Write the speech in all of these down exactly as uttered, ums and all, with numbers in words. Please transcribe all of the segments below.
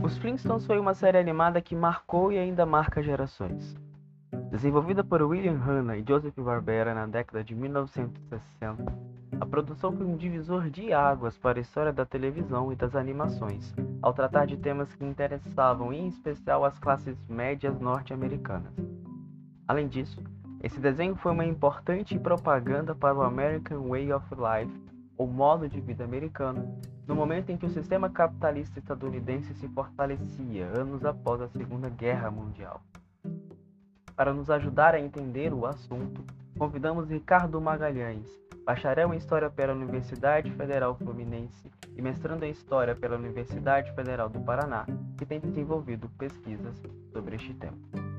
Os Flintstones foi uma série animada que marcou e ainda marca gerações. Desenvolvida por William Hanna e Joseph Barbera na década de mil novecentos e sessenta, a produção foi um divisor de águas para a história da televisão e das animações, ao tratar de temas que interessavam em especial as classes médias norte-americanas. Além disso, esse desenho foi uma importante propaganda para o American Way of Life, ou modo de vida americano, no momento em que o sistema capitalista estadunidense se fortalecia anos após a Segunda Guerra Mundial. Para nos ajudar a entender o assunto, convidamos Ricardo Magalhães, bacharel em História pela Universidade Federal Fluminense e mestrando em História pela Universidade Federal do Paraná, que tem desenvolvido pesquisas sobre este tema.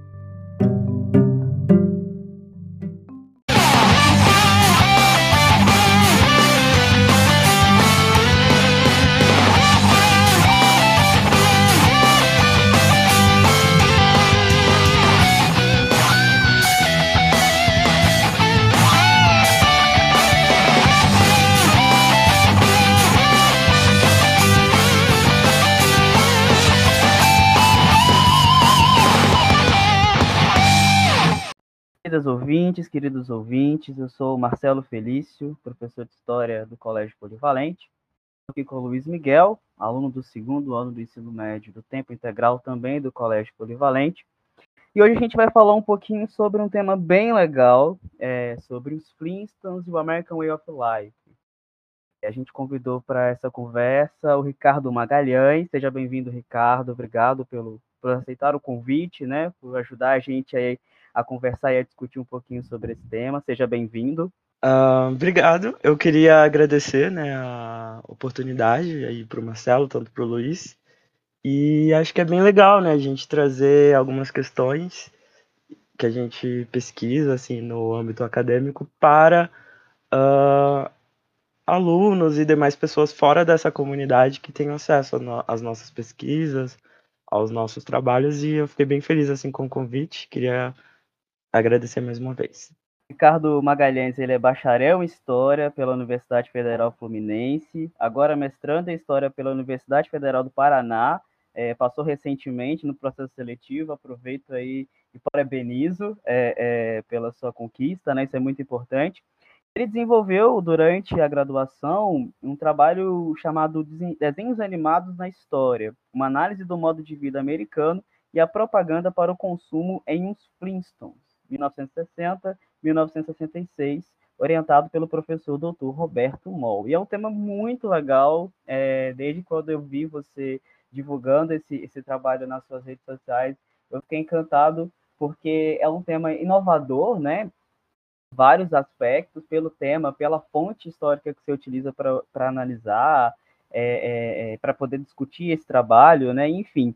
Queridas ouvintes, queridos ouvintes, eu sou Marcelo Felício, professor de História do Colégio Polivalente. Estou aqui com o Luiz Miguel, aluno do segundo ano do ensino médio do tempo integral também do Colégio Polivalente. E hoje a gente vai falar um pouquinho sobre um tema bem legal, é, sobre os Flintstones e o American Way of Life. A gente convidou para essa conversa o Ricardo Magalhães. Seja bem-vindo, Ricardo. Obrigado pelo, por aceitar o convite, né? Por ajudar a gente aí a conversar e a discutir um pouquinho sobre esse tema. Seja bem-vindo. Uh, obrigado. Eu queria agradecer, né, a oportunidade aí para o Marcelo, tanto para o Luiz. E acho que é bem legal, né, a gente trazer algumas questões que a gente pesquisa assim no âmbito acadêmico para uh, alunos e demais pessoas fora dessa comunidade que tenham acesso às nossas pesquisas, aos nossos trabalhos. E eu fiquei bem feliz assim com o convite. Queria agradecer mais uma vez. Ricardo Magalhães, ele é bacharel em História pela Universidade Federal Fluminense, agora mestrando em História pela Universidade Federal do Paraná, é, passou recentemente no processo seletivo. Aproveito aí e parabenizo é, é, pela sua conquista, né? Isso é muito importante. Ele desenvolveu, durante a graduação, um trabalho chamado Desenhos Animados na História, uma análise do modo de vida americano e a propaganda para o consumo em Os Flintstones, mil novecentos e sessenta a mil novecentos e sessenta e seis, orientado pelo professor doutor Roberto Moll. E é um tema muito legal, é, desde quando eu vi você divulgando esse, esse trabalho nas suas redes sociais, eu fiquei encantado, porque é um tema inovador, né? Vários aspectos, pelo tema, pela fonte histórica que você utiliza para analisar, é, é, é, para poder discutir esse trabalho, né? Enfim.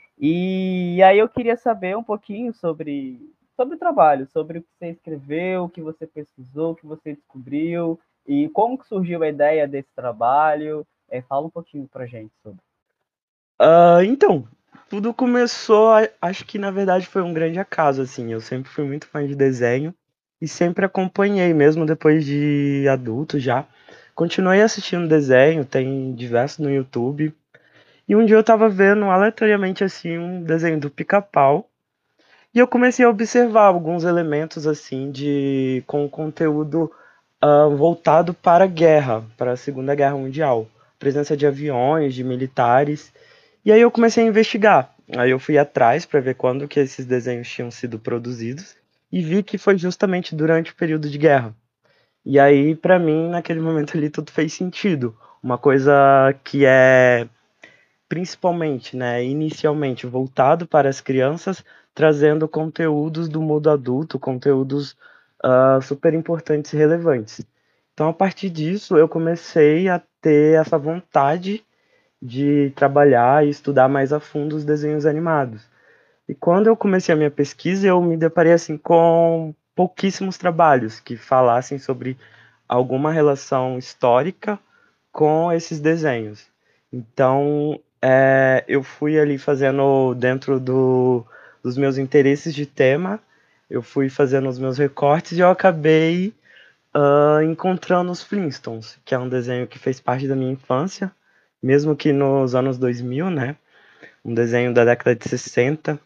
E aí eu queria saber um pouquinho sobre, sobre o trabalho, sobre o que você escreveu, o que você pesquisou, o que você descobriu, e como que surgiu a ideia desse trabalho. É, fala um pouquinho para a gente sobre. Uh, então, tudo começou, acho que na verdade foi um grande acaso, assim. Eu sempre fui muito fã de desenho e sempre acompanhei, mesmo depois de adulto já. Continuei assistindo desenho, tem diversos no YouTube. E um dia eu tava vendo aleatoriamente, assim, um desenho do Pica-Pau. E eu comecei a observar alguns elementos, assim, de com conteúdo uh, voltado para a guerra, para a Segunda Guerra Mundial. Presença de aviões, de militares. E aí eu comecei a investigar. Aí eu fui atrás para ver quando que esses desenhos tinham sido produzidos e vi que foi justamente durante o período de guerra. E aí, para mim, naquele momento ali, tudo fez sentido. Uma coisa que é principalmente, né, inicialmente voltado para as crianças, trazendo conteúdos do mundo adulto, conteúdos uh, super importantes e relevantes. Então, a partir disso, eu comecei a ter essa vontade de trabalhar e estudar mais a fundo os desenhos animados. E quando eu comecei a minha pesquisa, eu me deparei assim com pouquíssimos trabalhos que falassem sobre alguma relação histórica com esses desenhos. Então, é, eu fui ali fazendo dentro do, dos meus interesses de tema, eu fui fazendo os meus recortes e eu acabei uh, encontrando os Flintstones, que é um desenho que fez parte da minha infância, mesmo que nos anos dois mil, né? um desenho da década de sessenta.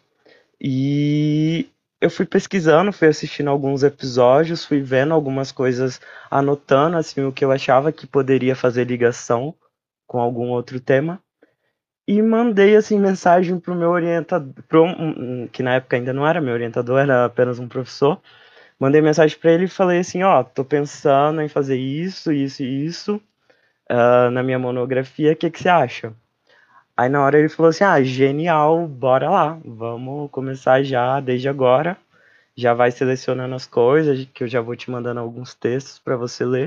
E eu fui pesquisando, fui assistindo alguns episódios, fui vendo algumas coisas, anotando assim o que eu achava que poderia fazer ligação com algum outro tema. E mandei assim mensagem pro meu orientador, pro, um, que na época ainda não era meu orientador, era apenas um professor. Mandei mensagem para ele e falei assim, ó, oh, tô pensando em fazer isso, isso e isso uh, na minha monografia, o que, que você acha? Aí na hora ele falou assim, ah, genial, bora lá, vamos começar já, desde agora. Já vai selecionando as coisas, que eu já vou te mandando alguns textos para você ler.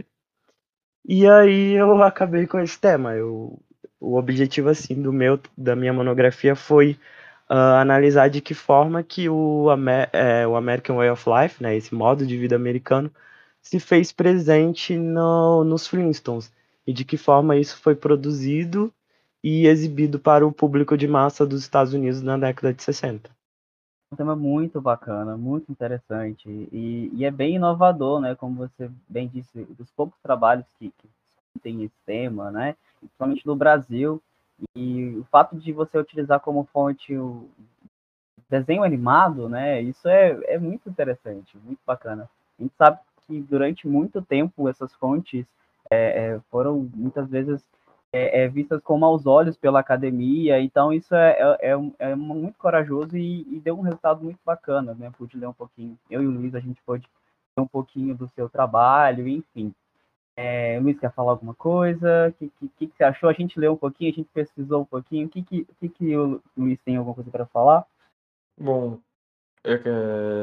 E aí eu acabei com esse tema. Eu, o objetivo assim do meu, da minha monografia foi uh, analisar de que forma que o, Amer é, o American Way of Life, né, esse modo de vida americano, se fez presente no, nos Flintstones e de que forma isso foi produzido e exibido para o público de massa dos Estados Unidos na década de sessenta. Um tema muito bacana, muito interessante e, e é bem inovador, né? Como você bem disse, dos poucos trabalhos que, que tem esse tema, né? Principalmente no Brasil. E o fato de você utilizar como fonte o desenho animado, né? Isso é, é muito interessante, muito bacana. A gente sabe que durante muito tempo essas fontes é, é, foram muitas vezes é, é, vistas com maus olhos pela academia, então isso é, é, é, é muito corajoso e, e, deu um resultado muito bacana, né? Pude ler um pouquinho, eu e o Luiz, a gente pôde ler um pouquinho do seu trabalho, enfim. É, Luiz, quer falar alguma coisa? O que, que, que, você achou? A gente leu um pouquinho, a gente pesquisou um pouquinho. O que, que, que, que o Luiz tem alguma coisa para falar? Bom, é que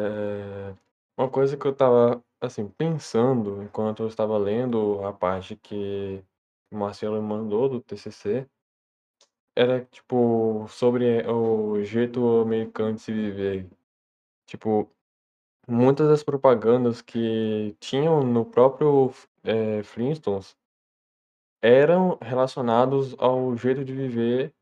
é uma coisa que eu tava, assim, pensando enquanto eu estava lendo a parte que o Marcelo me mandou do T C C, era, tipo, sobre o jeito americano de se viver. Tipo, muitas das propagandas que tinham no próprio é, Flintstones eram relacionados ao jeito de viver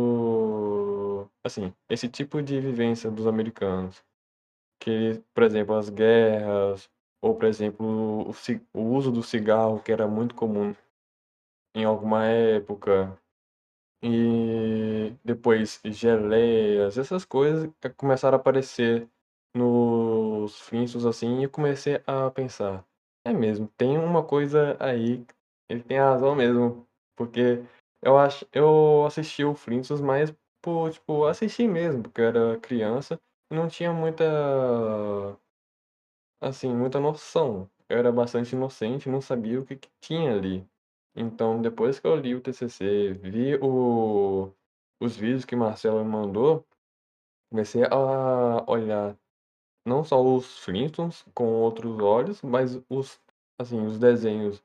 do, assim, esse tipo de vivência dos americanos. Que, por exemplo, as guerras, ou, por exemplo, o, ci- o uso do cigarro, que era muito comum em alguma época, e depois geleias, essas coisas que começaram a aparecer nos Flintstones, assim, e eu comecei a pensar, é mesmo, tem uma coisa aí, ele tem razão mesmo, porque eu acho, eu assisti o Flintstones mais por, tipo, assistir mesmo, porque eu era criança e não tinha muita, assim, muita noção. Eu era bastante inocente, não sabia o que que tinha ali. Então, depois que eu li o T C C, vi o, os vídeos que Marcelo me mandou, comecei a olhar não só os Flintstones com outros olhos, mas os, assim, os desenhos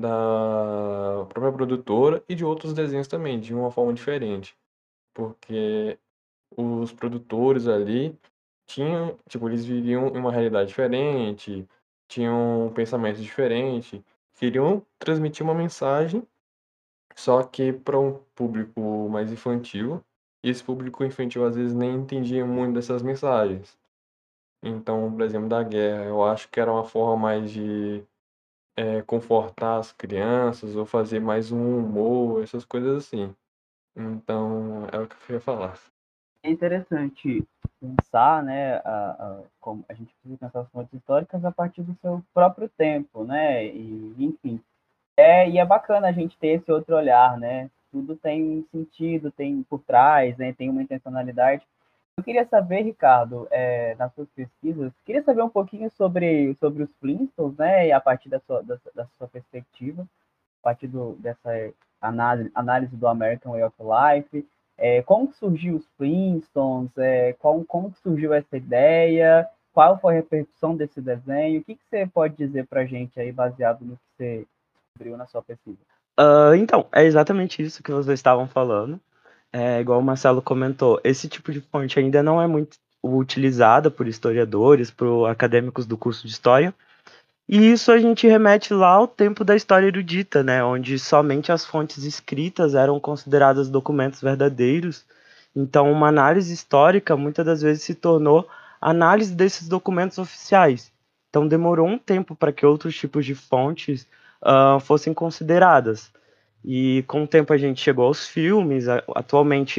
da própria produtora e de outros desenhos também, de uma forma diferente. Porque os produtores ali tinham, tipo, eles viviam em uma realidade diferente, tinham um pensamento diferente, queriam transmitir uma mensagem, só que para um público mais infantil, e esse público infantil às vezes nem entendia muito dessas mensagens. Então, por exemplo, da guerra, eu acho que era uma forma mais de eh, confortar as crianças ou fazer mais um humor, essas coisas assim. Então, é o que eu ia falar. É interessante pensar, né, a, a, como a gente precisa pensar as fontes históricas a partir do seu próprio tempo, né, e, enfim. É, e é bacana a gente ter esse outro olhar, né, tudo tem um sentido, tem por trás, né, tem uma intencionalidade. Eu queria saber, Ricardo, é, nas suas pesquisas, queria saber um pouquinho sobre, sobre os Flintstones, né, e a partir da sua, da, da sua perspectiva, a partir do, dessa análise, análise do American Way of Life, é, como que surgiu os Flintstones, é, como, como que surgiu essa ideia, qual foi a repercussão desse desenho, o que, que você pode dizer para a gente aí, baseado no que você descobriu na sua pesquisa? Uh, então, é exatamente isso que vocês estavam falando. É, igual o Marcelo comentou, esse tipo de fonte ainda não é muito utilizada por historiadores, por acadêmicos do curso de história. E isso a gente remete lá ao tempo da história erudita, né, onde somente as fontes escritas eram consideradas documentos verdadeiros. Então, uma análise histórica muitas das vezes se tornou análise desses documentos oficiais. Então, demorou um tempo para que outros tipos de fontes uh, fossem consideradas. E com o tempo a gente chegou aos filmes. Atualmente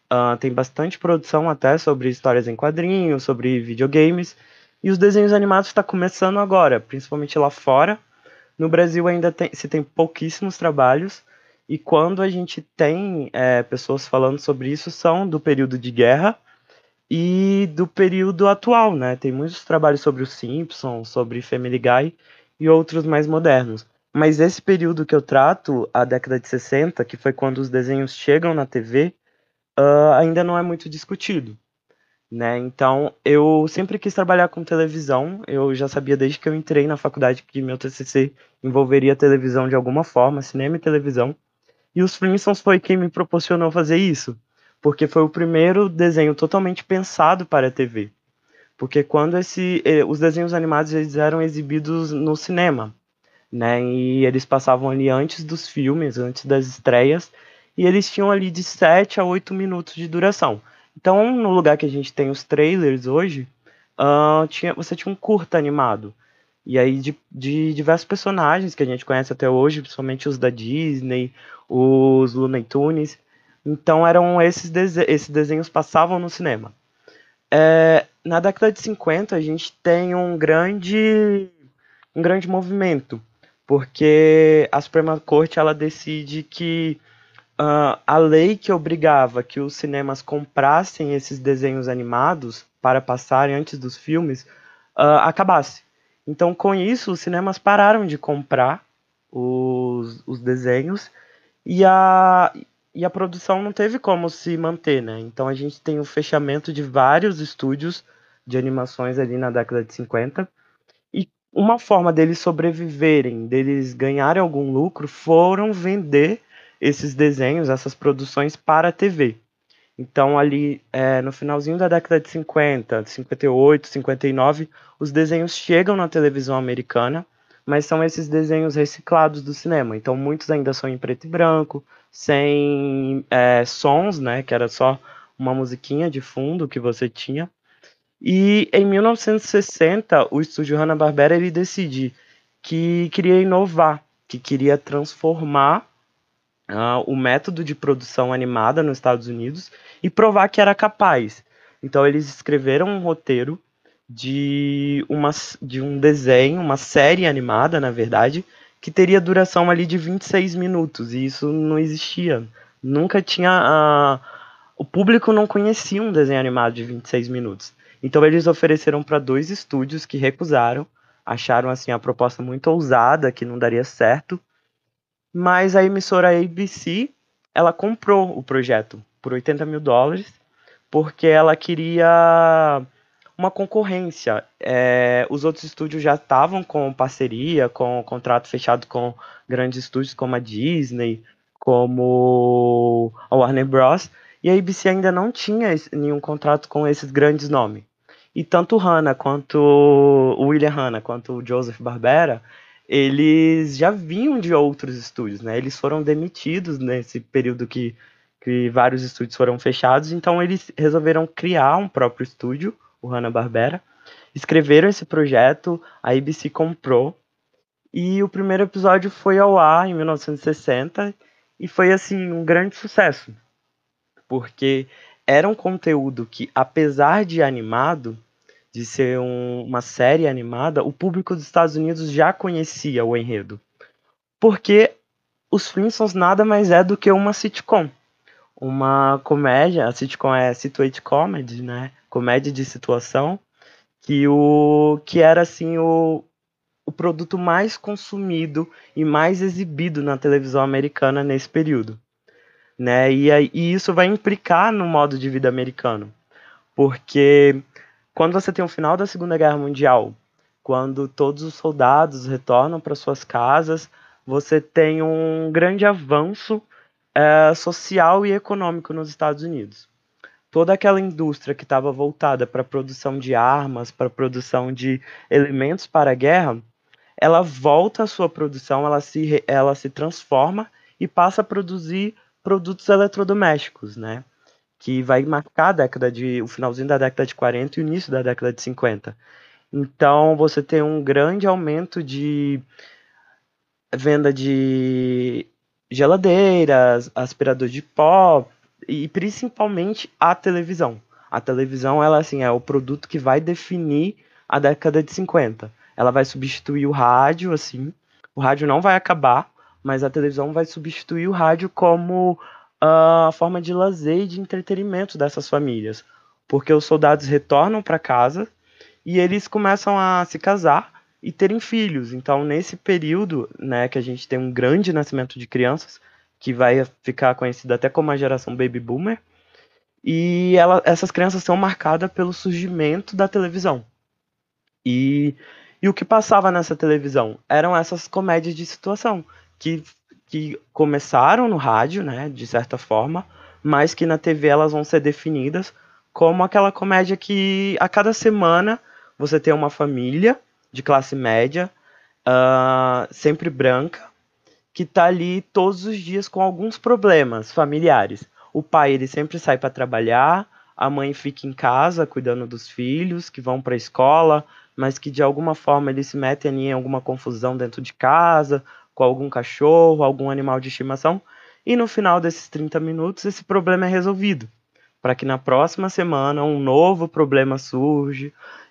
Uh, tem bastante produção até sobre histórias em quadrinhos, sobre videogames. E os desenhos animados está começando agora, principalmente lá fora. No Brasil ainda tem, se tem pouquíssimos trabalhos. E quando a gente tem é, pessoas falando sobre isso, são do período de guerra e do período atual, né? Tem muitos trabalhos sobre os Simpsons, sobre Family Guy e outros mais modernos. Mas esse período que eu trato, a década de sessenta, que foi quando os desenhos chegam na T V, uh, ainda não é muito discutido, né? Então, eu sempre quis trabalhar com televisão. Eu já sabia desde que eu entrei na faculdade que meu T C C envolveria televisão de alguma forma, cinema e televisão. E os Flintstones foi quem me proporcionou fazer isso, porque foi o primeiro desenho totalmente pensado para a T V. Porque quando esse, eh, os desenhos animados eles eram exibidos no cinema, né? E eles passavam ali antes dos filmes, antes das estreias, e eles tinham ali de sete a oito minutos de duração. Então, no lugar que a gente tem os trailers hoje, uh, tinha, você tinha um curta animado. E aí de, de diversos personagens que a gente conhece até hoje, principalmente os da Disney, os Looney Tunes. Então eram esses, dese esses desenhos passavam no cinema. É, na década de cinquenta a gente tem um grande um grande movimento, porque a Suprema Corte ela decide que uh, a lei que obrigava que os cinemas comprassem esses desenhos animados para passarem antes dos filmes uh, acabasse. Então, com isso, os cinemas pararam de comprar os, os desenhos e a, e a produção não teve como se manter, né? Então, a gente tem o fechamento de vários estúdios de animações ali na década de cinquenta. E uma forma deles sobreviverem, deles ganharem algum lucro, foram vender esses desenhos, essas produções para a T V. Então, ali é, no finalzinho da década de cinquenta, cinquenta e oito, cinquenta e nove, os desenhos chegam na televisão americana, mas são esses desenhos reciclados do cinema. Então, muitos ainda são em preto e branco, sem é, sons, né? Que era só uma musiquinha de fundo que você tinha. E em mil novecentos e sessenta, o estúdio Hanna-Barbera ele decide que queria inovar, que queria transformar uh, o método de produção animada nos Estados Unidos e provar que era capaz. Então eles escreveram um roteiro de, uma, de um desenho, uma série animada, na verdade, que teria duração ali de vinte e seis minutos, e isso não existia. Nunca tinha... Uh, o público não conhecia um desenho animado de vinte e seis minutos. Então eles ofereceram para dois estúdios que recusaram, acharam assim a proposta muito ousada, que não daria certo. Mas a emissora A B C, ela comprou o projeto por oitenta mil dólares, porque ela queria uma concorrência. É, os outros estúdios já estavam com parceria, com contrato fechado com grandes estúdios como a Disney, como a Warner Bros. E a A B C ainda não tinha nenhum contrato com esses grandes nomes. E tanto o Hanna quanto o William Hanna quanto o Joseph Barbera, eles já vinham de outros estúdios, né? Eles foram demitidos nesse período que, que vários estúdios foram fechados, então eles resolveram criar um próprio estúdio, o Hanna-Barbera, escreveram esse projeto, a A B C comprou, e o primeiro episódio foi ao ar em mil novecentos e sessenta, e foi, assim, um grande sucesso, porque era um conteúdo que, apesar de animado, de ser um, uma série animada, o público dos Estados Unidos já conhecia o enredo. Porque os Flintstones nada mais é do que uma sitcom. Uma comédia, a sitcom é situate comedy, né? Comédia de situação, que, o, que era assim o, o produto mais consumido e mais exibido na televisão americana nesse período. Né? E, e isso vai implicar no modo de vida americano. Porque quando você tem o final da Segunda Guerra Mundial, quando todos os soldados retornam para suas casas, você tem um grande avanço é, social e econômico nos Estados Unidos. Toda aquela indústria que estava voltada para a produção de armas, para a produção de elementos para a guerra, ela volta à sua produção, ela se, ela se transforma e passa a produzir produtos eletrodomésticos, né? Que vai marcar a década de, o finalzinho da década de quarenta e o início da década de cinquenta. Então, você tem um grande aumento de venda de geladeiras, aspirador de pó, e principalmente a televisão. A televisão, ela assim, é o produto que vai definir a década de cinquenta. Ela vai substituir o rádio, assim. O rádio não vai acabar, mas a televisão vai substituir o rádio como a forma de lazer e de entretenimento dessas famílias. Porque os soldados retornam para casa e eles começam a se casar e terem filhos. Então, nesse período, né, que a gente tem um grande nascimento de crianças, que vai ficar conhecida até como a geração Baby Boomer, e ela, essas crianças são marcadas pelo surgimento da televisão. E, e o que passava nessa televisão eram essas comédias de situação, que, que começaram no rádio, né, de certa forma, mas que na T V elas vão ser definidas como aquela comédia que a cada semana você tem uma família de classe média, uh, sempre branca, que está ali todos os dias com alguns problemas familiares. O pai ele sempre sai para trabalhar, a mãe fica em casa cuidando dos filhos que vão para a escola, mas que de alguma forma eles se metem ali em alguma confusão dentro de casa, com algum cachorro, algum animal de estimação, e no final desses trinta minutos esse problema é resolvido, para que na próxima semana um novo problema surge,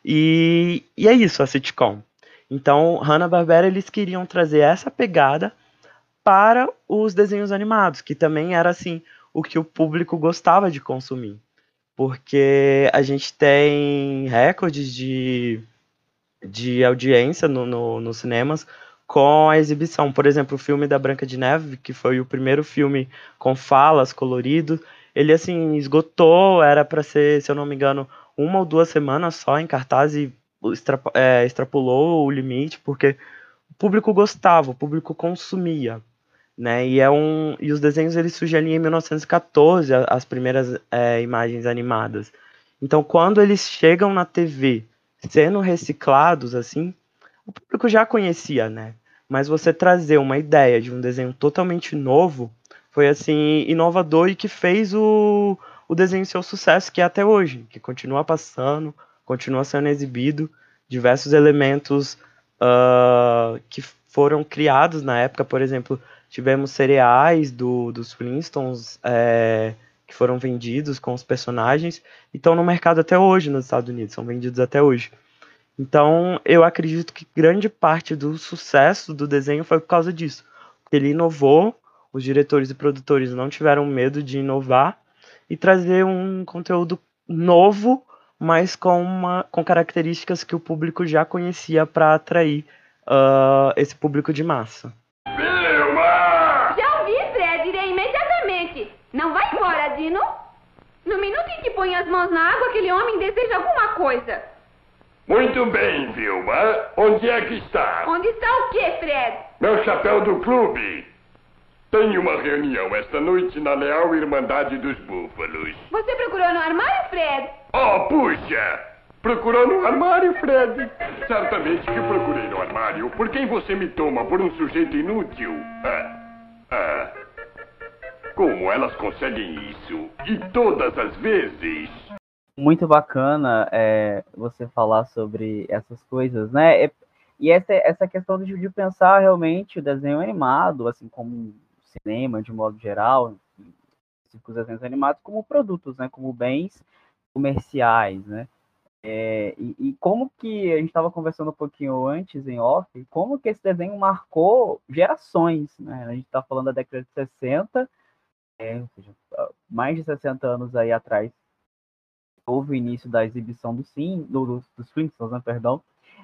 e, e é isso a sitcom. Então, Hanna-Barbera eles queriam trazer essa pegada para os desenhos animados, que também era assim o que o público gostava de consumir, porque a gente tem recordes de, de audiência no, no, nos cinemas com a exibição. Por exemplo, o filme da Branca de Neve, que foi o primeiro filme com falas, colorido, ele assim esgotou, era para ser, se eu não me engano, uma ou duas semanas só em cartaz e extra, é, extrapolou o limite, porque o público gostava, o público consumia, né? E é um e os desenhos eles surgem ali em mil novecentos e quatorze, as primeiras é, imagens animadas. Então, quando eles chegam na T V, sendo reciclados assim, o público já conhecia, né? Mas você trazer uma ideia de um desenho totalmente novo foi assim inovador e que fez o o desenho ser o sucesso que é até hoje, que continua passando, continua sendo exibido, diversos elementos uh, que foram criados na época, por exemplo, tivemos cereais do, dos Flintstones é, que foram vendidos com os personagens e estão no mercado até hoje nos Estados Unidos, são vendidos até hoje. Então, eu acredito que grande parte do sucesso do desenho foi por causa disso. Ele inovou, os diretores e produtores não tiveram medo de inovar e trazer um conteúdo novo, mas com, uma, com características que o público já conhecia para atrair uh, esse público de massa. Já ouvi, Fred, irei imediatamente. Não vai embora, Dino. No minuto em que põe as mãos na água, aquele homem deseja alguma coisa. Muito bem, Vilma. Onde é que está? Onde está o quê, Fred? Meu chapéu do clube. Tenho uma reunião esta noite na Leal Irmandade dos Búfalos. Você procurou no armário, Fred? Oh, puxa! Procurou no armário, Fred? Certamente que procurei no armário. Por quem você me toma? Por um sujeito inútil? Ah, ah. Como elas conseguem isso? E todas as vezes... Muito bacana é, você falar sobre essas coisas, né? E essa, essa questão de, de pensar realmente o desenho animado, assim como o cinema de modo geral, os desenhos animados como produtos, né? Como bens comerciais, né? É, e, e como que a gente estava conversando um pouquinho antes em off, como que esse desenho marcou gerações, né? A gente está falando da década de sessenta, é, ou seja, mais de sessenta anos aí atrás houve o início da exibição do sim, do, do, dos Flintstones, né, perdão,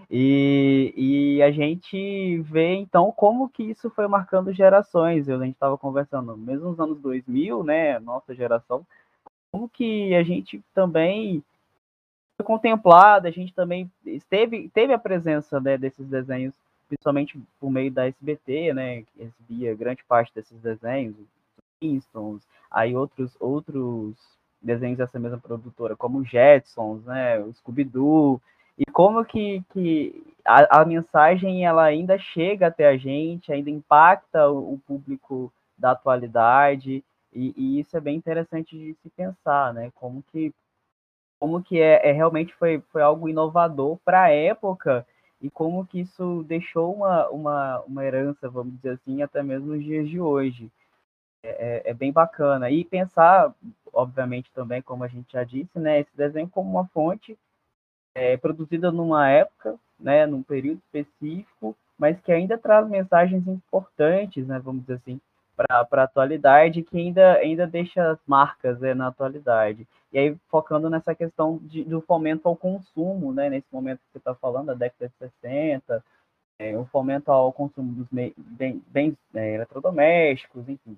e, e a gente vê, então, como que isso foi marcando gerações. Eu, a gente estava conversando, mesmo nos anos dois mil, né, nossa geração, como que a gente também foi contemplado, a gente também teve, teve a presença, né, desses desenhos, principalmente por meio da S B T, né, que recebia grande parte desses desenhos, os Flintstones, aí outros, outros desenhos dessa mesma produtora, como Jetsons, né, o Scooby-Doo, e como que, que a, a mensagem ela ainda chega até a gente, ainda impacta o, o público da atualidade, e, e isso é bem interessante de se pensar, né, como que, como que é, é realmente foi, foi algo inovador para a época, e como que isso deixou uma, uma, uma herança, vamos dizer assim, até mesmo nos dias de hoje. é, é bem bacana. E pensar, obviamente, também, como a gente já disse, né, esse desenho como uma fonte é, produzida numa época, né, num período específico, mas que ainda traz mensagens importantes, né, vamos dizer assim, para a atualidade, que ainda, ainda deixa as marcas, né, na atualidade. E aí, focando nessa questão de, do fomento ao consumo, né, nesse momento que você está falando, da década de sessenta, é, o fomento ao consumo dos bens, bens é, eletrodomésticos, enfim,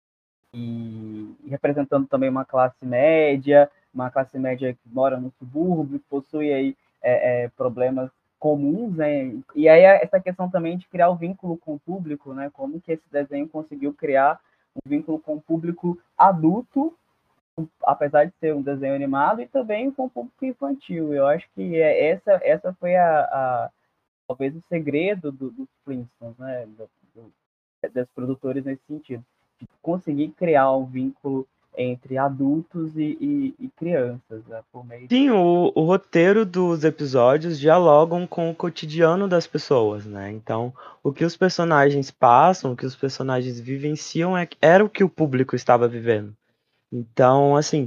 e, e representando também uma classe média, uma classe média que mora no subúrbio, que possui aí é, é, problemas comuns, né? E aí essa questão também de criar o vínculo com o público, né? Como que esse desenho conseguiu criar um vínculo com o público adulto, apesar de ser um desenho animado, e também com o público infantil. Eu acho que é, essa, essa foi a, a talvez o segredo do, dos Flintstones, né? Do, do, dos produtores nesse sentido, de conseguir criar um vínculo entre adultos e, e, e crianças, né, por meio de... Sim, o, o roteiro dos episódios dialogam com o cotidiano das pessoas, né? Então, o que os personagens passam, o que os personagens vivenciam é, era o que o público estava vivendo. Então, assim,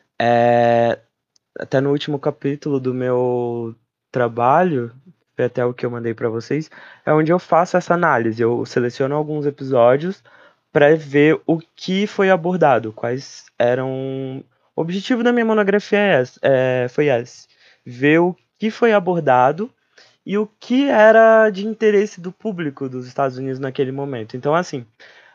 é, até no último capítulo do meu trabalho, foi até o que eu mandei para vocês, é onde eu faço essa análise. Eu seleciono alguns episódios para ver o que foi abordado, quais eram. O objetivo da minha monografia é esse, é, foi esse: ver o que foi abordado e o que era de interesse do público dos Estados Unidos naquele momento. Então, assim,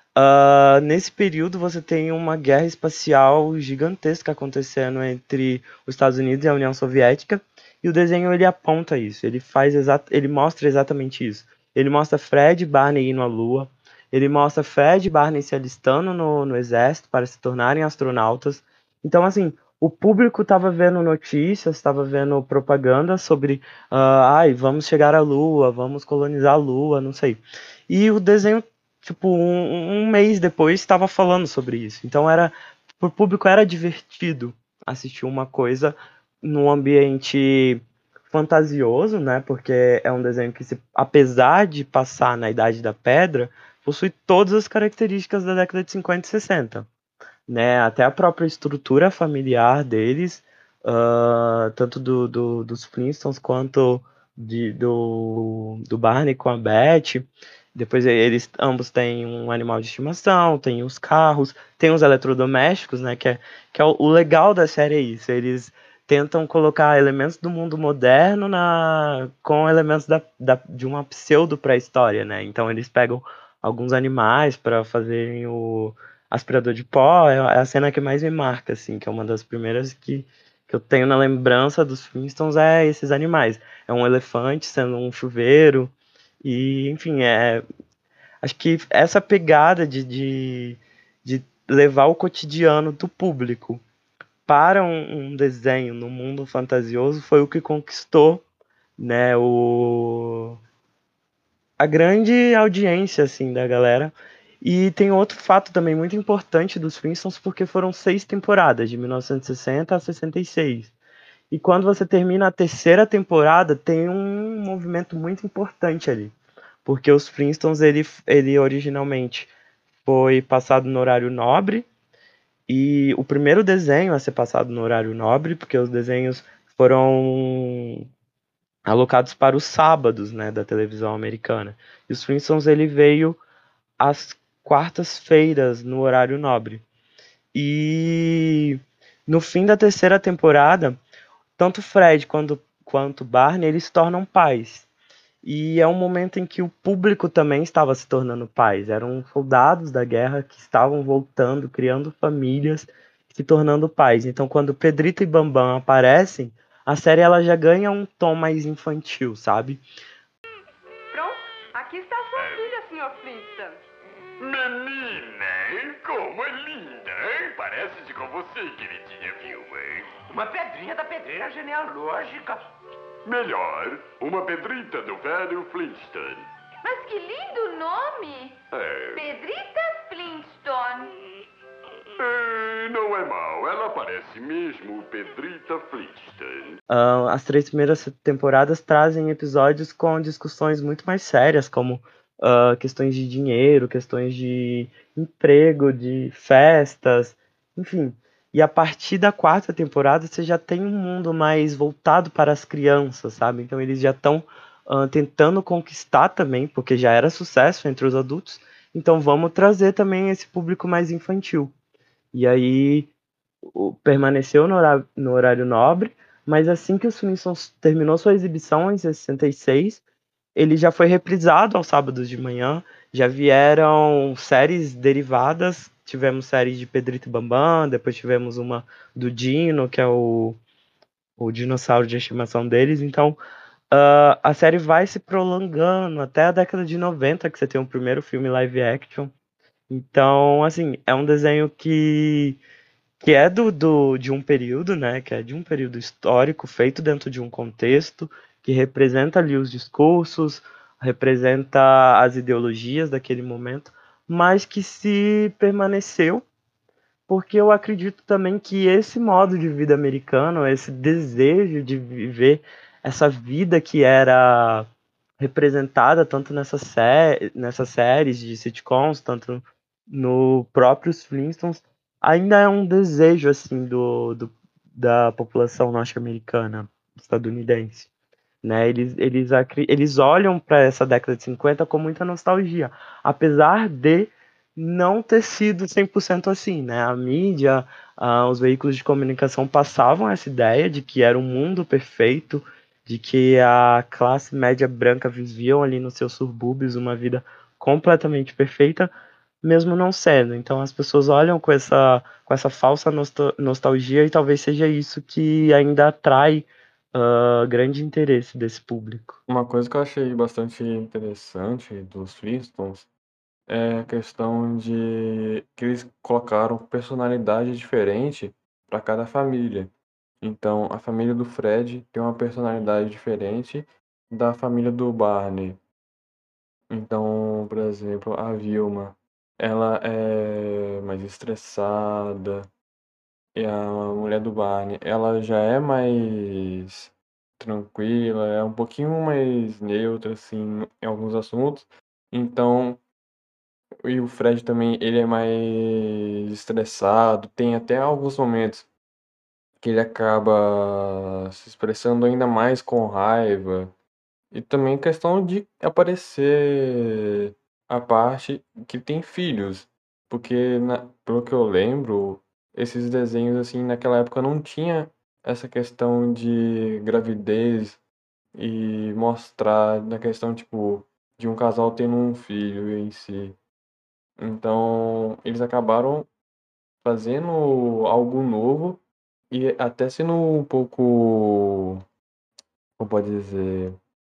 Uh, nesse período você tem uma guerra espacial gigantesca acontecendo entre os Estados Unidos e a União Soviética, e o desenho ele aponta isso, ele faz exa ele mostra exatamente isso. Ele mostra Fred e Barney indo à Lua, ele mostra Fred e Barney se alistando no, no exército para se tornarem astronautas. Então, assim, o público estava vendo notícias, estava vendo propaganda sobre, uh, ai, vamos chegar à Lua, vamos colonizar a Lua, não sei. E o desenho, tipo, um, um mês depois estava falando sobre isso. Então era, pro público era divertido assistir uma coisa num ambiente fantasioso, né? Porque é um desenho que, se, apesar de passar na Idade da Pedra, possui todas as características da década de cinquenta e sessenta, né? Até a própria estrutura familiar deles, uh, tanto do, do, dos Flintstones quanto de, do, do Barney com a Beth. Depois eles ambos têm um animal de estimação, tem os carros, tem os eletrodomésticos, né? Que é, que é o, o legal da série é isso. Eles tentam colocar elementos do mundo moderno na, com elementos da, da, de uma pseudo pré-história, né? Então eles pegam alguns animais para fazerem o aspirador de pó. É a cena que mais me marca, assim, que é uma das primeiras que, que eu tenho na lembrança dos Flintstones, é esses animais. É um elefante sendo um chuveiro. E, enfim, é, acho que essa pegada de, de, de levar o cotidiano do público para um, um desenho no mundo fantasioso foi o que conquistou, né, o, a grande audiência, assim, da galera. E tem outro fato também muito importante dos Flintstones, porque foram seis temporadas, de mil novecentos e sessenta a sessenta e seis. E quando você termina a terceira temporada, tem um movimento muito importante ali. Porque os Flintstones, ele, ele originalmente foi passado no horário nobre, e o primeiro desenho a ser passado no horário nobre, porque os desenhos foram alocados para os sábados, né, da televisão americana. E os Flintstones, ele veio às quartas-feiras no horário nobre. E no fim da terceira temporada, tanto Fred quanto, quanto Barney, eles se tornam pais. E é um momento em que o público também estava se tornando pais. Eram soldados da guerra que estavam voltando, criando famílias, se tornando pais. Então, quando Pedrito e Bambam aparecem, a série ela já ganha um tom mais infantil, sabe? Pronto, aqui está sua filha, senhor Flintstone. Menina, como é linda, hein? Parece-se com você, queridinha Vilma, hein? Uma pedrinha da pedreira genealógica. Melhor, uma pedrita do velho Flintstone. Mas que lindo nome! É. Pedrita Flintstone. É, não é mal, ela parece mesmo Pedrita Flintstone. Uh, as três primeiras temporadas trazem episódios com discussões muito mais sérias, como uh, questões de dinheiro, questões de emprego, de festas, enfim. E a partir da quarta temporada você já tem um mundo mais voltado para as crianças, sabe? Então eles já estão uh, tentando conquistar também, porque já era sucesso entre os adultos, então vamos trazer também esse público mais infantil. E aí o, permaneceu no horário, no horário nobre, mas assim que o Simpsons terminou sua exibição em sessenta e seis, ele já foi reprisado aos sábados de manhã, já vieram séries derivadas, tivemos séries de Pedrito e Bambam, depois tivemos uma do Dino, que é o, o dinossauro de estimação deles, então uh, a série vai se prolongando até a década de noventa, que você tem o primeiro filme live action. Então, assim, é um desenho que que é do, do, de um período, né, que é de um período histórico feito dentro de um contexto, que representa ali os discursos, representa as ideologias daquele momento, mas que se permaneceu, porque eu acredito também que esse modo de vida americano, esse desejo de viver essa vida que era representada tanto nessa sé nessas séries de sitcoms, tanto no próprios Flintstones, ainda é um desejo assim do, do da população norte-americana, estadunidense, né? Eles eles eles olham para essa década de cinquenta com muita nostalgia, apesar de não ter sido cem por cento assim, né? A mídia, ah, os veículos de comunicação passavam essa ideia de que era um mundo perfeito, de que a classe média branca viviam ali nos seus subúrbios uma vida completamente perfeita, mesmo não sendo. Então as pessoas olham com essa, com essa falsa nostal- nostalgia e talvez seja isso que ainda atrai uh, grande interesse desse público. Uma coisa que eu achei bastante interessante dos Flintstones é a questão de que eles colocaram personalidade diferente para cada família. Então, a família do Fred tem uma personalidade diferente da família do Barney. Então, por exemplo, a Vilma, ela é mais estressada, e a mulher do Barney, ela já é mais tranquila, é um pouquinho mais neutra, assim, em alguns assuntos. Então, e o Fred também, ele é mais estressado, tem até alguns momentos que ele acaba se expressando ainda mais com raiva. E também questão de aparecer a parte que tem filhos. Porque, na- pelo que eu lembro, esses desenhos, assim, naquela época não tinha essa questão de gravidez e mostrar na questão, tipo, de um casal tendo um filho em si. Então, eles acabaram fazendo algo novo e até sendo um pouco, como pode dizer,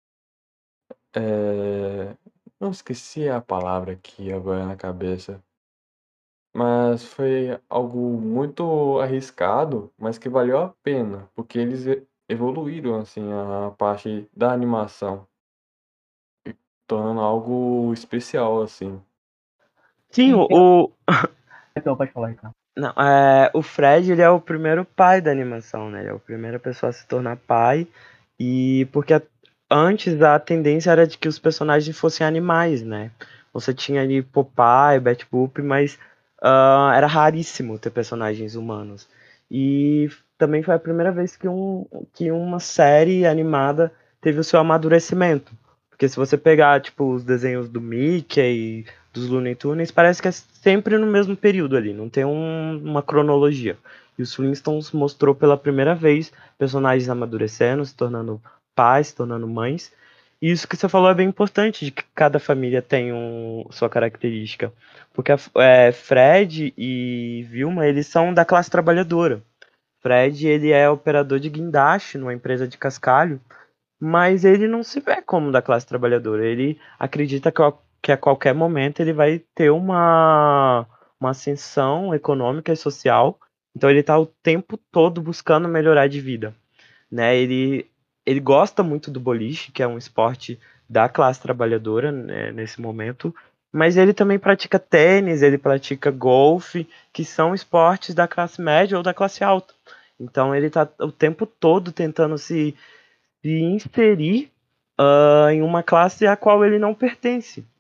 é... não esqueci a palavra aqui agora na cabeça, mas foi algo muito arriscado, mas que valeu a pena, porque eles e- evoluíram assim a parte da animação, tornando algo especial assim. Sim, o, E o, então, pode falar, então. não, é, o Fred ele é o primeiro pai da animação, né? Ele é a primeira pessoa a se tornar pai. E porque a- antes a tendência era de que os personagens fossem animais, né? Você tinha ali Popeye, Betty Boop, mas ah, era raríssimo ter personagens humanos. E também foi a primeira vez que, um, que uma série animada teve o seu amadurecimento. Porque se você pegar, tipo, os desenhos do Mickey, dos Looney Tunes, parece que é sempre no mesmo período ali, não tem um- uma cronologia. E os Flintstones mostrou pela primeira vez personagens amadurecendo, se tornando pais, se tornando mães. E isso que você falou é bem importante, de que cada família tem um, sua característica. Porque é, Fred e Vilma, eles são da classe trabalhadora. Fred, ele é operador de guindaste numa empresa de cascalho, mas ele não se vê como da classe trabalhadora. Ele acredita que, a- que a qualquer momento ele vai ter uma, uma ascensão econômica e social. Então ele está o tempo todo buscando melhorar de vida, né? Ele, ele gosta muito do boliche, que é um esporte da classe trabalhadora, né, nesse momento. Mas ele também pratica tênis, ele pratica golfe, que são esportes da classe média ou da classe alta. Então ele está o tempo todo tentando se de inserir uh, em uma classe a qual ele não pertence.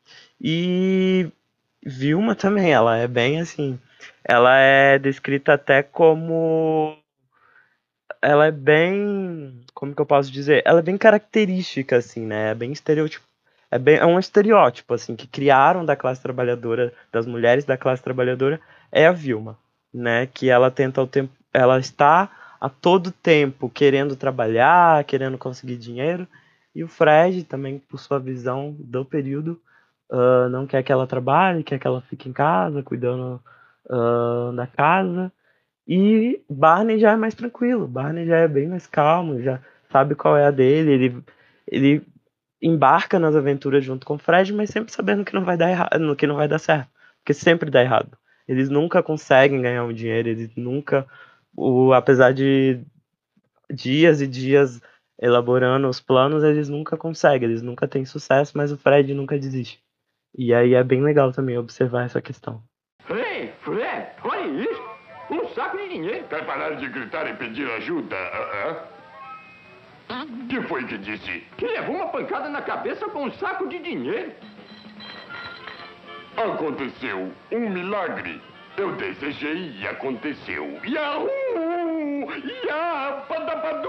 E Vilma também, ela é bem assim, ela é descrita até como, ela é bem, como que eu posso dizer? Ela é bem característica, assim, né? É bem estereótipo, é bem, é um estereótipo, assim, que criaram da classe trabalhadora, das mulheres da classe trabalhadora, é a Vilma, né? Que ela tenta o tempo, ela está a todo tempo querendo trabalhar, querendo conseguir dinheiro, e o Fred também, por sua visão do período, uh, não quer que ela trabalhe, quer que ela fique em casa, cuidando uh, da casa. E Barney já é mais tranquilo, Barney já é bem mais calmo, já sabe qual é a dele, ele, ele embarca nas aventuras junto com o Fred, mas sempre sabendo que não vai dar errado, que não vai dar certo, porque sempre dá errado. Eles nunca conseguem ganhar um dinheiro, eles nunca, o, apesar de dias e dias elaborando os planos, eles nunca conseguem, eles nunca têm sucesso, mas o Fred nunca desiste. E aí é bem legal também observar essa questão. Ei, Fred, olha isso! Um saco de dinheiro! Quer parar de gritar e pedir ajuda? O que foi que disse? Que levou uma pancada na cabeça com um saco de dinheiro. Aconteceu um milagre. Eu desejei e aconteceu. Yahoo! Yapadapadu!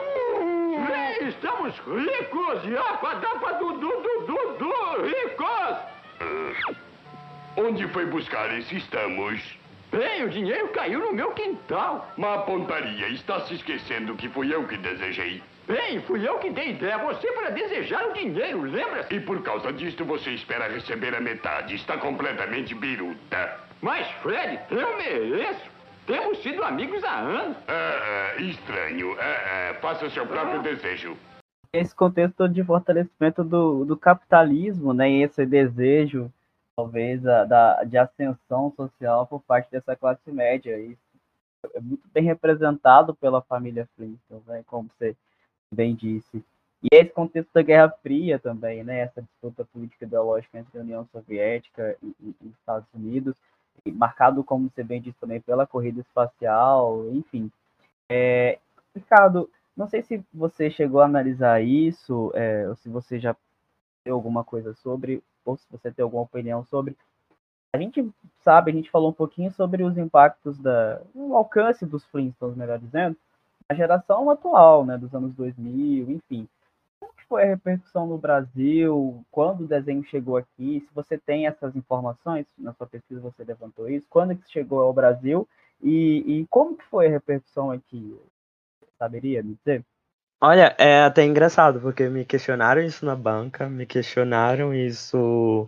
Ei, estamos ricos! Yapadapadu, du, du, du, du, ricos! Uh, onde foi buscar esse estamos? Bem, o dinheiro caiu no meu quintal. Má pontaria, está se esquecendo que fui eu que desejei. Bem, fui eu que dei ideia a você para desejar o dinheiro, lembra-se? E por causa disto você espera receber a metade. Está completamente biruta. Mas, Fred, eu mereço. Temos sido amigos há anos. Ah, ah, estranho. Ah, ah, faça o seu próprio ah. desejo. Esse contexto de fortalecimento do, do capitalismo, né, e esse desejo, talvez, a, da, de ascensão social por parte dessa classe média. Isso é muito bem representado pela família Flintstone, né, como você bem disse. E esse contexto da Guerra Fria também, né, essa disputa política ideológica entre a União Soviética e, e, e Estados Unidos, e marcado, como você bem disse também, pela corrida espacial, enfim. É, Ricardo, não sei se você chegou a analisar isso, é, ou se você já tem alguma coisa sobre, ou se você tem alguma opinião sobre. A gente sabe, a gente falou um pouquinho sobre os impactos, da, o alcance dos Flintstones, melhor dizendo, na geração atual, né, dos anos dois mil, enfim. Como que foi a repercussão no Brasil? Quando o desenho chegou aqui? Se você tem essas informações, na sua pesquisa você levantou isso, quando que chegou ao Brasil e, e como que foi a repercussão aqui? Saberia me dizer? Olha, é até engraçado, porque me questionaram isso na banca, me questionaram isso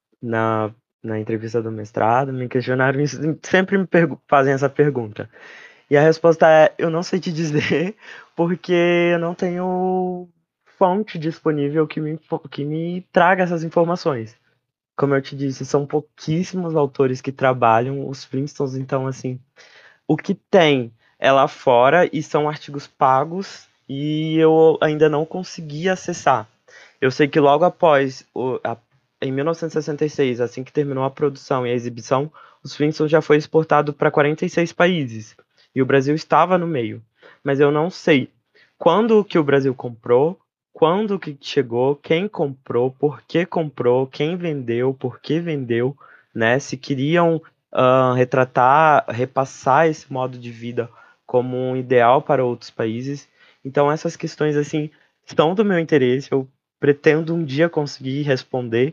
na, na entrevista do mestrado, me questionaram isso, sempre me fazem essa pergunta. E a resposta é, eu não sei te dizer, porque eu não tenho fonte disponível que me, que me traga essas informações. Como eu te disse, são pouquíssimos autores que trabalham os Flintstones, então, assim, o que tem é lá fora e são artigos pagos e eu ainda não consegui acessar. Eu sei que logo após, o, a, em mil novecentos e sessenta e seis, assim que terminou a produção e a exibição, os Flintstones já foi exportado para quarenta e seis países. E o Brasil estava no meio. Mas eu não sei quando que o Brasil comprou, quando que chegou, quem comprou, por que comprou, quem vendeu, por que vendeu, né? Se queriam uh, retratar, repassar esse modo de vida como um ideal para outros países. Então essas questões assim são do meu interesse. Eu pretendo um dia conseguir responder,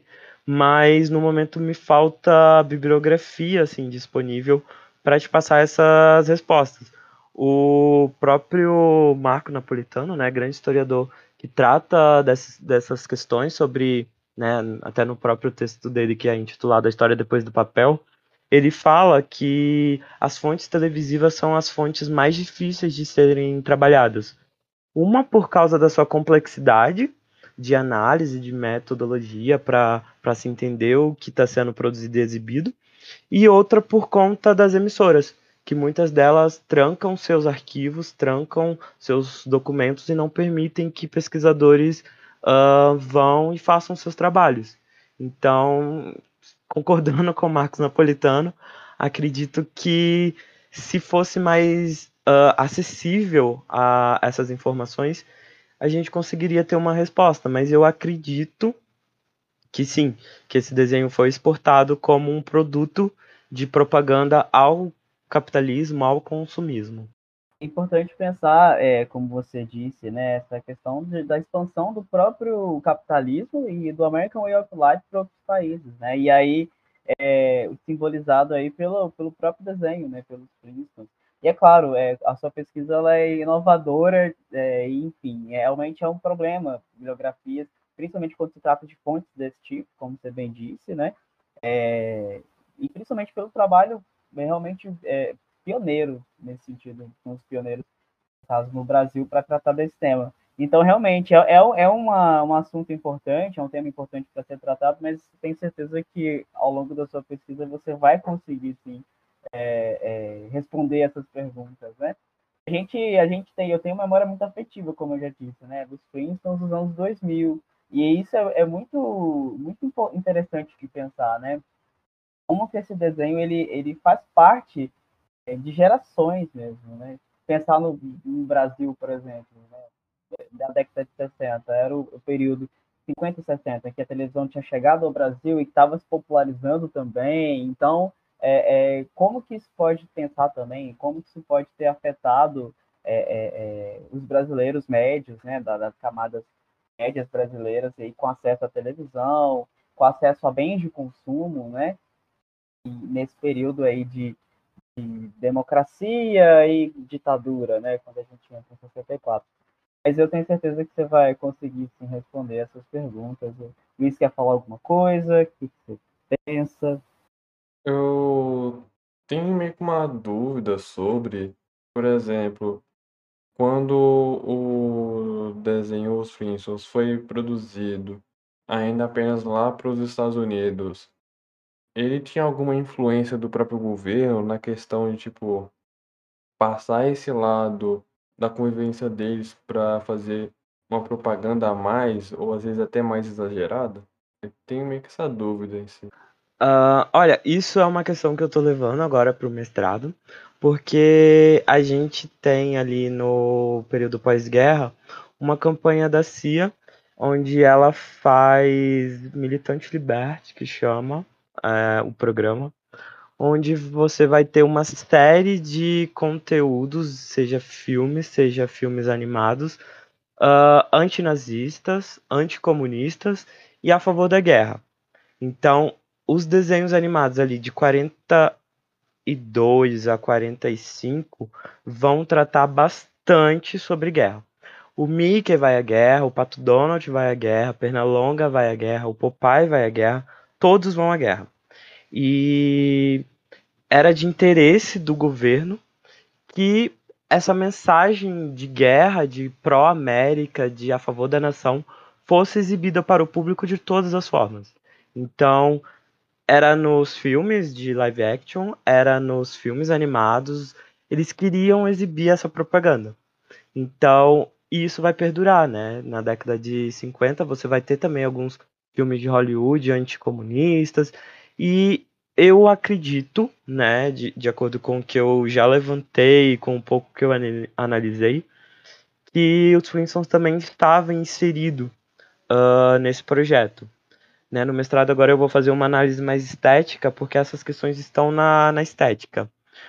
mas no momento me falta bibliografia assim disponível para te passar essas respostas. O próprio Marco Napolitano, né, grande historiador que trata dessas, dessas questões sobre, né, até no próprio texto dele que é intitulado A História Depois do Papel, ele fala que as fontes televisivas são as fontes mais difíceis de serem trabalhadas. Uma por causa da sua complexidade de análise, de metodologia para se entender o que está sendo produzido e exibido, e outra por conta das emissoras, que muitas delas trancam seus arquivos, trancam seus documentos e não permitem que pesquisadores uh, vão e façam seus trabalhos. Então, concordando com o Marcos Napolitano, acredito que se fosse mais uh, acessível a essas informações, a gente conseguiria ter uma resposta, mas eu acredito que sim, que esse desenho foi exportado como um produto de propaganda ao capitalismo, ao consumismo. É importante pensar, é, como você disse, né, essa questão de, da expansão do próprio capitalismo e do American Way of Life para outros países, né? E aí é, simbolizado aí pelo, pelo próprio desenho, né, pelos Flintstones. E é claro, é, a sua pesquisa ela é inovadora, é, e, enfim, é, realmente é um problema, bibliografias, principalmente quando se trata de fontes desse tipo, como você bem disse, né? É, e principalmente pelo trabalho é, realmente é, pioneiro nesse sentido, são os pioneiros caso no Brasil para tratar desse tema. Então, realmente, é, é, é uma, um assunto importante, é um tema importante para ser tratado, mas tenho certeza que ao longo da sua pesquisa você vai conseguir, sim, é, é, responder essas perguntas, né? A gente, a gente tem, eu tenho uma memória muito afetiva, como eu já disse, né, dos Flintstones dos anos dois mil, e isso é, é muito, muito interessante de pensar, né? Como que esse desenho, ele, ele faz parte é, de gerações mesmo, né? Pensar no, no Brasil, por exemplo, né? Da década de sessenta, era o, o período cinquenta e sessenta, em que a televisão tinha chegado ao Brasil e estava se popularizando também. Então, é, é, como que isso pode pensar também? Como que isso pode ter afetado é, é, é, os brasileiros médios, né? Das, das camadas médias brasileiras aí, com acesso à televisão, com acesso a bens de consumo, né? E nesse período aí de de democracia e ditadura, né, quando a gente entra em sessenta e quatro. Mas eu tenho certeza que você vai conseguir sim responder essas perguntas. O Luiz quer falar alguma coisa? O que você pensa? Eu tenho meio que uma dúvida sobre, por exemplo, quando o desenho Os Flintstones foi produzido ainda apenas lá para os Estados Unidos, ele tinha alguma influência do próprio governo na questão de, tipo, passar esse lado da convivência deles para fazer uma propaganda a mais, ou às vezes até mais exagerada? Eu tenho meio que essa dúvida em si. Uh, olha, isso é uma questão que eu tô levando agora pro mestrado, porque a gente tem ali no período pós-guerra uma campanha da C I A, onde ela faz Militante Liberty, que chama é, o programa, onde você vai ter uma série de conteúdos, seja filmes, seja filmes animados, uh, antinazistas, anticomunistas e a favor da guerra. Então, os desenhos animados ali de quarenta e dois a quarenta e cinco vão tratar bastante sobre guerra. O Mickey vai à guerra, o Pato Donald vai à guerra, a Pernalonga vai à guerra, o Popeye vai à guerra, todos vão à guerra. E era de interesse do governo que essa mensagem de guerra, de pró-América, de a favor da nação, fosse exibida para o público de todas as formas. Então, era nos filmes de live action, era nos filmes animados, eles queriam exibir essa propaganda. Então, isso vai perdurar, né? Na década de cinquenta, você vai ter também alguns filmes de Hollywood anticomunistas, e eu acredito, né, de, de acordo com o que eu já levantei, com um pouco que eu analisei, que os Flintstones também estavam inseridos uh, nesse projeto. Né? No mestrado agora eu vou fazer uma análise mais estética, porque essas questões estão na, na estética.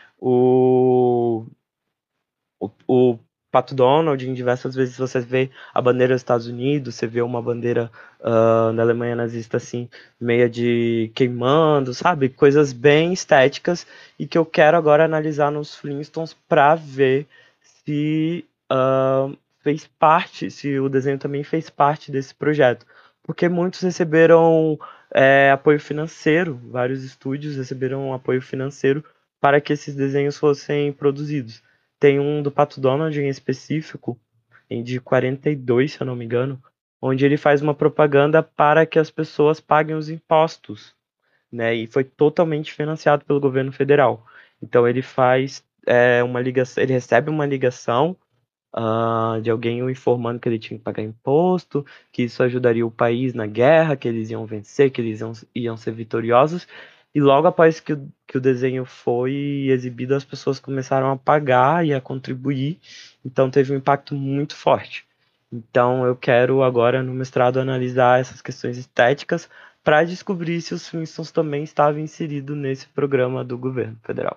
O, o, o Pato Donald, em diversas vezes você vê a bandeira dos Estados Unidos, você vê uma bandeira uh, da Alemanha nazista assim, meia de queimando, sabe? Coisas bem estéticas e que eu quero agora analisar nos Flintstones para ver se uh, fez parte, se o desenho também fez parte desse projeto. Porque muitos receberam é, apoio financeiro, vários estúdios receberam apoio financeiro para que esses desenhos fossem produzidos. Tem um do Pato Donald em específico, de quarenta e dois, se eu não me engano, onde ele faz uma propaganda para que as pessoas paguem os impostos, né? E foi totalmente financiado pelo governo federal. Então ele faz é, uma ligação, ele recebe uma ligação uh, de alguém o informando que ele tinha que pagar imposto, que isso ajudaria o país na guerra, que eles iam vencer, que eles iam, iam ser vitoriosos. E logo após que o, que o desenho foi exibido, as pessoas começaram a pagar e a contribuir. Então teve um impacto muito forte. Então eu quero agora no mestrado analisar essas questões estéticas para descobrir se os Flintstones também estavam inseridos nesse programa do governo federal.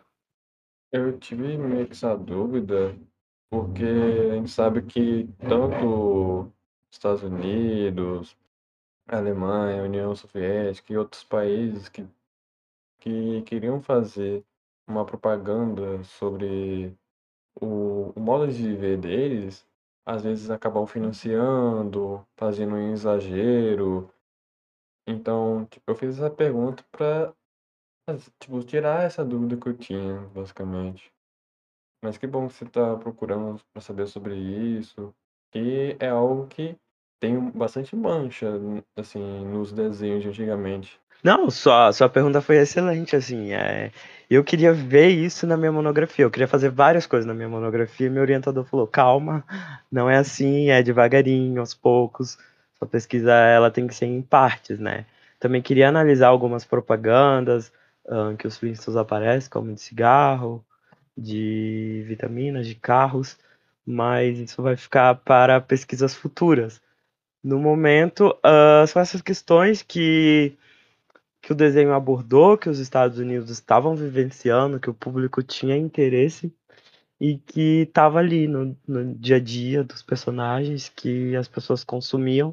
Eu tive meio que essa dúvida, porque a gente sabe que tanto Estados Unidos, Alemanha, União Soviética e outros países que, que queriam fazer uma propaganda sobre o, o modo de viver deles, às vezes acabam financiando, fazendo um exagero. Então, tipo, eu fiz essa pergunta para, tipo, tirar essa dúvida que eu tinha, basicamente. Mas que bom que você está procurando para saber sobre isso. E é algo que tem bastante mancha, assim, nos desenhos de antigamente. Não, sua, sua pergunta foi excelente, assim, é, eu queria ver isso na minha monografia, eu queria fazer várias coisas na minha monografia, e meu orientador falou, calma, não é assim, é devagarinho, aos poucos, sua pesquisa, ela tem que ser em partes, né? Também queria analisar algumas propagandas uh, que os Flintstones aparecem, como de cigarro, de vitaminas, de carros, mas isso vai ficar para pesquisas futuras. No momento, uh, são essas questões que que o desenho abordou, que os Estados Unidos estavam vivenciando, que o público tinha interesse e que estava ali no, no dia a dia dos personagens, que as pessoas consumiam,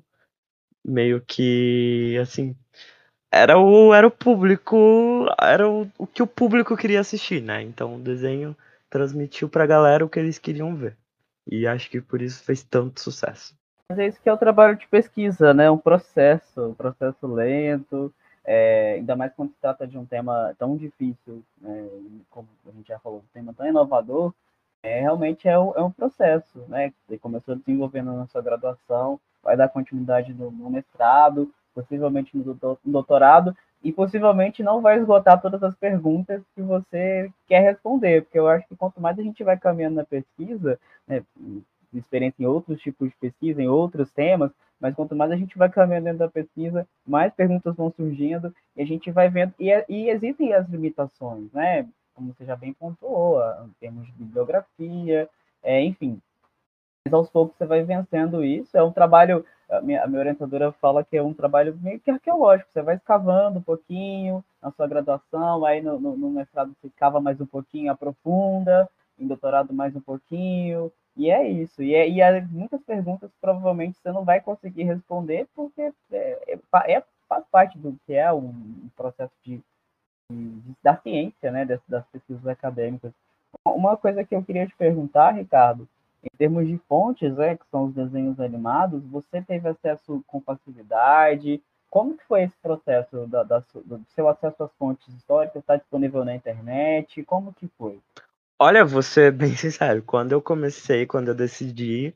meio que, assim, era o, era o público, era o, o que o público queria assistir, né? Então o desenho transmitiu pra galera o que eles queriam ver. E acho que por isso fez tanto sucesso. Mas é isso que é o trabalho de pesquisa, né? Um processo, um processo lento, é, ainda mais quando se trata de um tema tão difícil, né? Como a gente já falou, um tema tão inovador, é, realmente é um, é um processo, né? Você começou desenvolvendo na sua graduação, vai dar continuidade no, no mestrado, possivelmente no doutorado, e possivelmente não vai esgotar todas as perguntas que você quer responder, porque eu acho que quanto mais a gente vai caminhando na pesquisa, né, experiência em outros tipos de pesquisa, em outros temas, mas quanto mais a gente vai caminhando dentro da pesquisa, mais perguntas vão surgindo, e a gente vai vendo, e, e existem as limitações, né? Como você já bem pontuou, em termos de bibliografia, é, enfim. Mas aos poucos você vai vencendo isso, é um trabalho, a minha, a minha orientadora fala que é um trabalho meio que arqueológico, você vai escavando um pouquinho na sua graduação, aí no, no, no mestrado você escava mais um pouquinho, aprofunda, em doutorado mais um pouquinho, e é isso. E, é, e há muitas perguntas que provavelmente você não vai conseguir responder, porque é, é, faz parte do que é um, um processo de, de, da ciência, né, das, das pesquisas acadêmicas. Uma coisa que eu queria te perguntar, Ricardo, em termos de fontes, né, que são os desenhos animados, você teve acesso com facilidade? Como que foi esse processo da, da, do seu acesso às fontes históricas? Está disponível na internet? Como que foi? Olha, vou ser bem sincero, quando eu comecei, quando eu decidi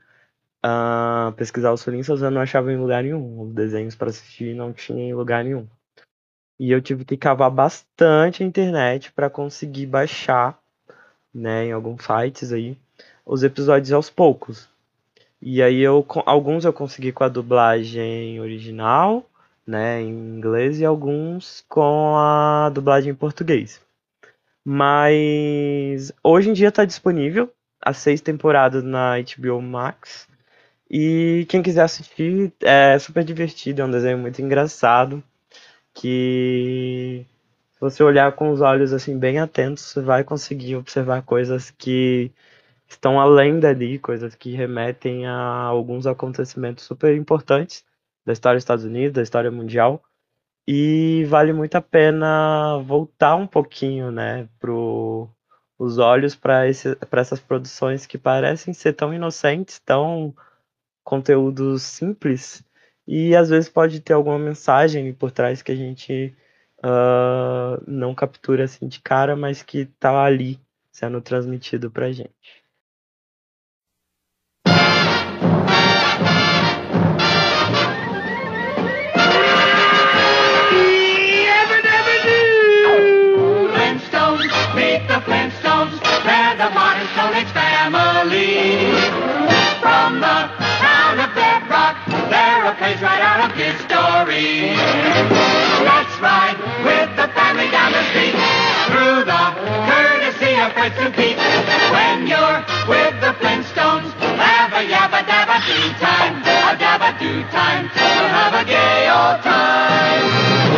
uh, pesquisar os Flintstones, eu não achava em lugar nenhum. Os desenhos para assistir não tinha em lugar nenhum. E eu tive que cavar bastante a internet para conseguir baixar, né, em alguns sites aí, os episódios aos poucos. E aí eu, alguns eu consegui com a dublagem original, né, em inglês, e alguns com a dublagem em português. Mas hoje em dia está disponível as seis temporadas na H B O Max. E quem quiser assistir, é super divertido, é um desenho muito engraçado. Que se você olhar com os olhos assim bem atentos, você vai conseguir observar coisas que estão além dali, coisas que remetem a alguns acontecimentos super importantes da história dos Estados Unidos, da história mundial. E vale muito a pena voltar um pouquinho, né, pro os olhos para essas produções que parecem ser tão inocentes, tão conteúdos simples, e às vezes pode ter alguma mensagem por trás que a gente uh, não captura assim de cara, mas que tá ali sendo transmitido pra gente. From the town of Bedrock, they're a page right out of his story. Let's ride with the family down the street, through the courtesy of Fred and Pete. When you're with the Flintstones, have a yabba dabba do time, a dabba do time, we'll have a gay old time.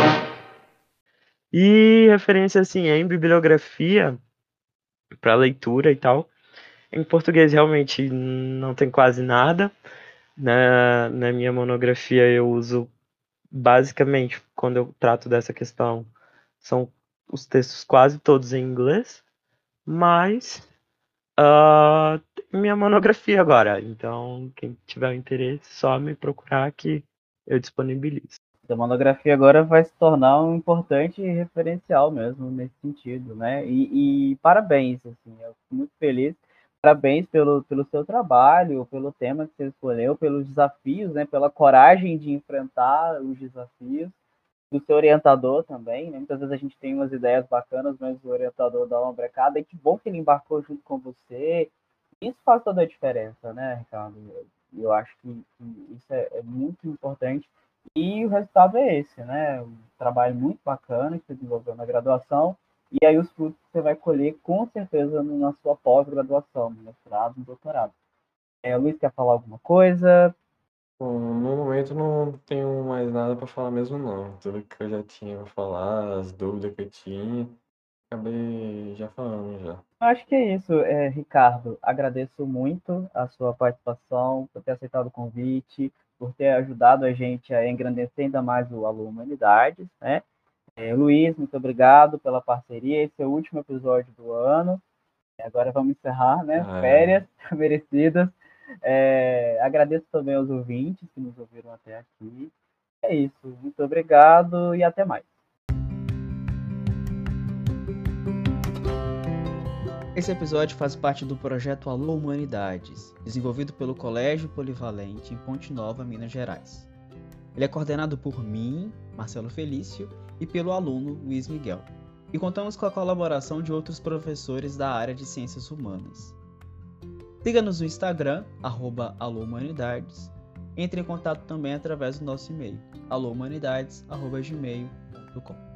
E referência, assim, em bibliografia, para leitura e tal, em português realmente não tem quase nada. Na, na minha monografia eu uso, basicamente, quando eu trato dessa questão, são os textos quase todos em inglês, mas uh, tem minha monografia agora, então quem tiver interesse, só me procurar que eu disponibilizo. A monografia agora vai se tornar um importante referencial mesmo nesse sentido, né? E, e parabéns, assim, eu fico muito feliz. Parabéns pelo, pelo seu trabalho, pelo tema que você escolheu, pelos desafios, né? Pela coragem de enfrentar os desafios, do seu orientador também, né? Muitas vezes a gente tem umas ideias bacanas, mas o orientador dá uma brecada, e que bom que ele embarcou junto com você. Isso faz toda a diferença, né, Ricardo? Eu, eu acho que, que isso é, é muito importante. E o resultado é esse, né? Um trabalho muito bacana que você desenvolveu na graduação, e aí os frutos você vai colher com certeza na sua pós-graduação, no mestrado, no doutorado. É, Luiz, quer falar alguma coisa? Bom, no momento não tenho mais nada para falar mesmo não. Tudo que eu já tinha para falar, as dúvidas que eu tinha, acabei já falando já. Eu acho que é isso, é, Ricardo. Agradeço muito a sua participação, por ter aceitado o convite, por ter ajudado a gente a engrandecer ainda mais o Alô Humanidades, né? É, Luiz, muito obrigado pela parceria. Esse é o último episódio do ano. Agora vamos encerrar, né? Ah, é. Férias merecidas. É, agradeço também aos ouvintes que nos ouviram até aqui. É isso. Muito obrigado e até mais. Esse episódio faz parte do projeto Alô Humanidades, desenvolvido pelo Colégio Polivalente em Ponte Nova, Minas Gerais. Ele é coordenado por mim, Marcelo Felício, e pelo aluno Luiz Miguel. E contamos com a colaboração de outros professores da área de Ciências Humanas. Siga-nos no Instagram, arroba Alô Humanidades. Entre em contato também através do nosso e-mail, alô humanidades arroba gmail ponto com.